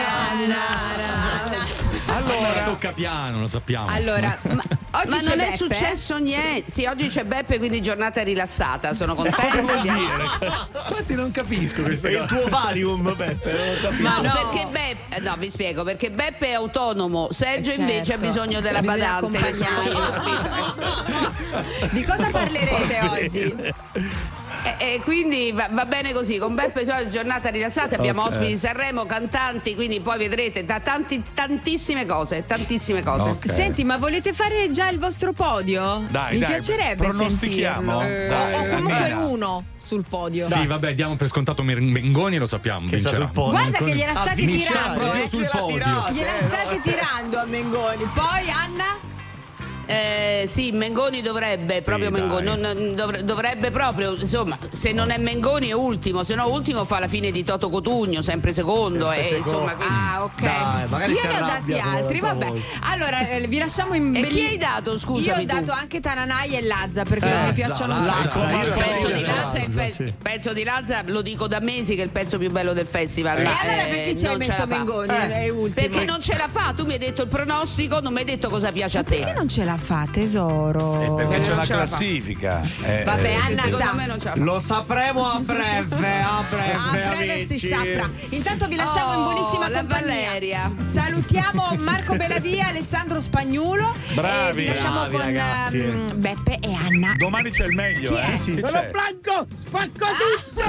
Anna. Allora tocca piano, lo sappiamo. Allora, ma oggi Ma c'è non è Beppe? successo niente. Sì, oggi c'è Beppe, quindi giornata rilassata. Sono contenta. Infatti non capisco questa È il tuo Valium, Beppe. non ho capito. No, no. perché Beppe, no, vi spiego, perché Beppe è autonomo, Sergio Eh, invece certo. ha bisogno della Bisogna badante. che sono io, accompagnarlo. capito? Di cosa parlerete oggi? E, e quindi va, va bene così, con Beppe sono giornata rilassata, abbiamo Ok. ospiti di Sanremo, cantanti, quindi poi vedrete da tanti, tantissime cose, tantissime cose. Ok. Senti, ma volete fare già il vostro podio? Dai, Mi dai, piacerebbe pronostichiamo. sentirlo. Dai, o comunque Annina. uno sul podio. Sì, vabbè, diamo per scontato Mer- Mengoni, lo sappiamo. Che sta vincerà. sul podio. Guarda che gliela Ah, state vincerà, tirando, proprio eh. sul Gliela podio. tirate, Gliela eh, state no. tirando a Mengoni. Poi Anna? Eh, sì, Mengoni dovrebbe, proprio Sì, Mengoni, dai. non- dov- dovrebbe proprio, insomma, se non è Mengoni è ultimo, se no ultimo fa la fine di Toto Cotugno, sempre secondo, Sempre e secondo. insomma, quindi... Ah, ok. Dai, magari Io si ne ho dati arrabbia come altri, l'altra vabbè. volta. Allora, eh, vi lasciamo in E belli- chi hai dato, scusami, Io ho tu? dato anche Tananai e Lazza perché Eh, mi piacciono un Lazza, sacco. Lazza, io Il pezzo Lazza, di Lazza, è il pe- sì. pezzo di Lazza lo dico da mesi che è il pezzo più bello del festival. E ma, allora eh, perché ci hai non ce messo la fa. Mengoni? Eh, È ultimo. Perché non ce la fa, tu mi hai detto il pronostico, non mi hai detto cosa piace a te. Perché non ce la fa, tesoro? Eh, perché non c'è la ce la fa. classifica. Eh, Vabbè, eh, Anna Secondo sa. me non ce la fa. Lo sapremo a breve, a breve, A breve amici. si saprà. Intanto vi lasciamo in Oh, buonissima la compagnia. Valeria. Salutiamo Marco Bellavia, Alessandro Spagnuolo. Bravi, e vi lasciamo bravi, con ragazzi. ehm, Beppe e Anna. Domani c'è il meglio, Chi eh? è? Chi Sono c'è? Blanco, spacco tutto!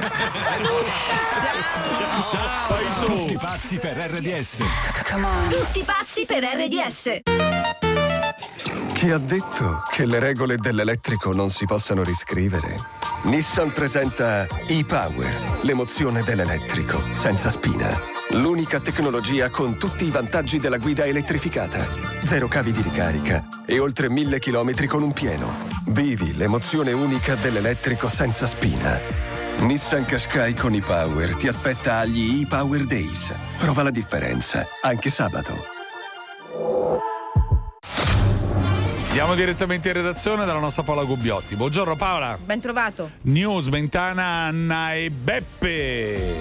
Ciao. Poi tu. Tutti pazzi per R D S. Tutti pazzi per R D S. Chi ha detto che le regole dell'elettrico non si possano riscrivere? Nissan presenta e-Power, l'emozione dell'elettrico, senza spina. L'unica tecnologia con tutti i vantaggi della guida elettrificata. Zero cavi di ricarica e oltre mille chilometri con un pieno. Vivi l'emozione unica dell'elettrico senza spina. Nissan Qashqai con e-Power ti aspetta agli e-Power Days. Prova la differenza, anche sabato. Andiamo direttamente in redazione dalla nostra Paola Gubbiotti. Buongiorno Paola. Ben trovato. News, Mentana, Anna e Beppe.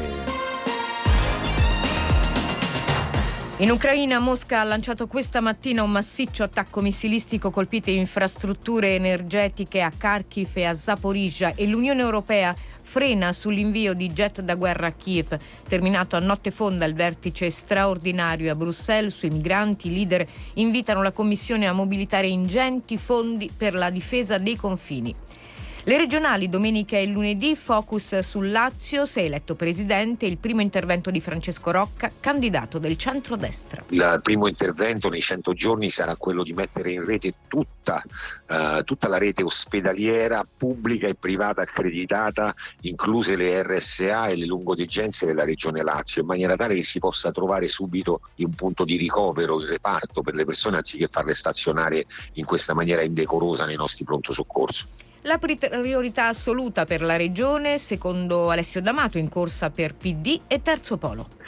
In Ucraina, Mosca ha lanciato questa mattina un massiccio attacco missilistico, colpite infrastrutture energetiche a Kharkiv e a Zaporizhzhia, e l'Unione Europea frena sull'invio di jet da guerra a Kiev. Terminato a notte fonda il vertice straordinario a Bruxelles sui migranti, i leader invitano la Commissione a mobilitare ingenti fondi per la difesa dei confini. Le regionali domenica e lunedì, focus sul Lazio, se eletto presidente, il primo intervento di Francesco Rocca, candidato del centrodestra. Il primo intervento nei cento giorni sarà quello di mettere in rete tutta, uh, tutta la rete ospedaliera pubblica e privata accreditata, incluse le R S A e le lungodegenze della regione Lazio, in maniera tale che si possa trovare subito un punto di ricovero, il reparto per le persone, anziché farle stazionare in questa maniera indecorosa nei nostri pronto soccorso. La priorità assoluta per la regione, secondo Alessio D'Amato, in corsa per P D e Terzo Polo.